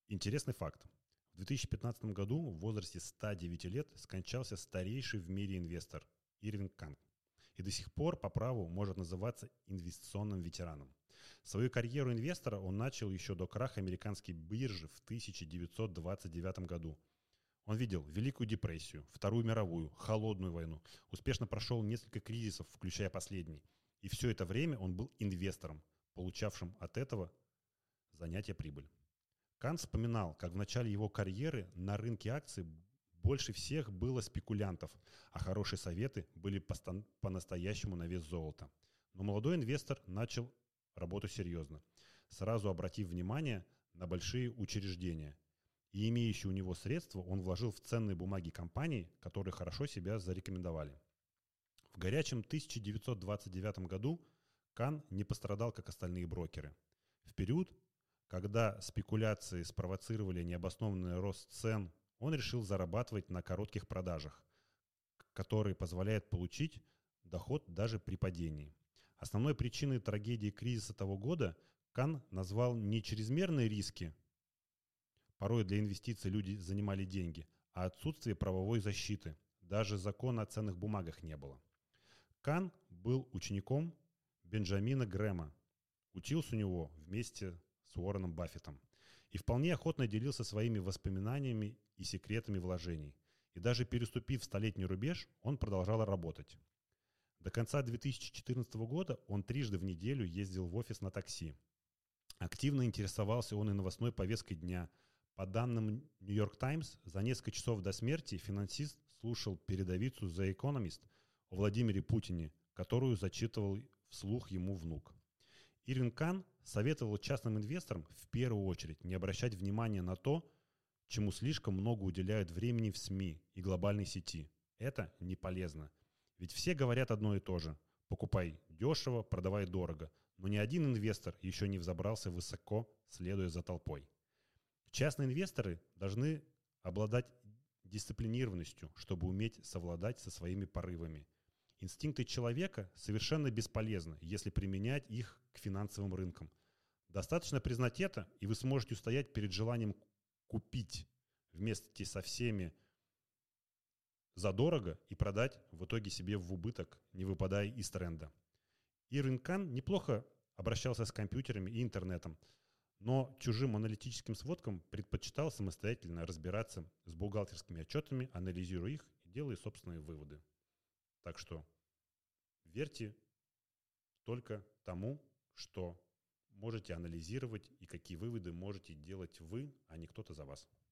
Интересный факт. В 2015 году в возрасте 109 лет скончался старейший в мире инвестор Ирвинг Канн. И до сих пор по праву может называться инвестиционным ветераном. Свою карьеру инвестора он начал еще до краха американской биржи в 1929 году. Он видел Великую депрессию, Вторую мировую, Холодную войну, успешно прошел несколько кризисов, включая последний. И все это время он был инвестором, получавшим от этого занятия прибыль. Канн вспоминал, как в начале его карьеры на рынке акций больше всех было спекулянтов, а хорошие советы были по-настоящему на вес золота. Но молодой инвестор начал работу серьезно, сразу обратив внимание на большие учреждения. И имеющие у него средства он вложил в ценные бумаги компаний, которые хорошо себя зарекомендовали. В горячем 1929 году Канн не пострадал, как остальные брокеры. В период, когда спекуляции спровоцировали необоснованный рост цен, он решил зарабатывать на коротких продажах, которые позволяют получить доход даже при падении. Основной причиной трагедии кризиса того года Канн назвал не чрезмерные риски, порой для инвестиций люди занимали деньги, а отсутствие правовой защиты. Даже закона о ценных бумагах не было. Канн был учеником Бенджамина Грэма, учился у него вместе с Уорреном Баффетом и вполне охотно делился своими воспоминаниями и секретами вложений. И даже переступив столетний рубеж, он продолжал работать. До конца 2014 года он трижды в неделю ездил в офис на такси. Активно интересовался он и новостной повесткой дня. По данным New York Times, за несколько часов до смерти финансист слушал передовицу The Economist о Владимире Путине, которую зачитывал вслух ему внук. Ирвинг Канн советовал частным инвесторам в первую очередь не обращать внимания на то, чему слишком много уделяют времени в СМИ и глобальной сети. Это не полезно. Ведь все говорят одно и то же. Покупай дешево, продавай дорого. Но ни один инвестор еще не взобрался высоко, следуя за толпой. Частные инвесторы должны обладать дисциплинированностью, чтобы уметь совладать со своими порывами. Инстинкты человека совершенно бесполезны, если применять их к финансовым рынкам. Достаточно признать это, и вы сможете устоять перед желанием купить вместе со всеми задорого и продать в итоге себе в убыток, не выпадая из тренда. Ирвинг Канн неплохо обращался с компьютерами и интернетом, но чужим аналитическим сводкам предпочитал самостоятельно разбираться с бухгалтерскими отчетами, анализируя их и делая собственные выводы. Так что верьте только тому, что можете анализировать и какие выводы можете делать вы, а не кто-то за вас.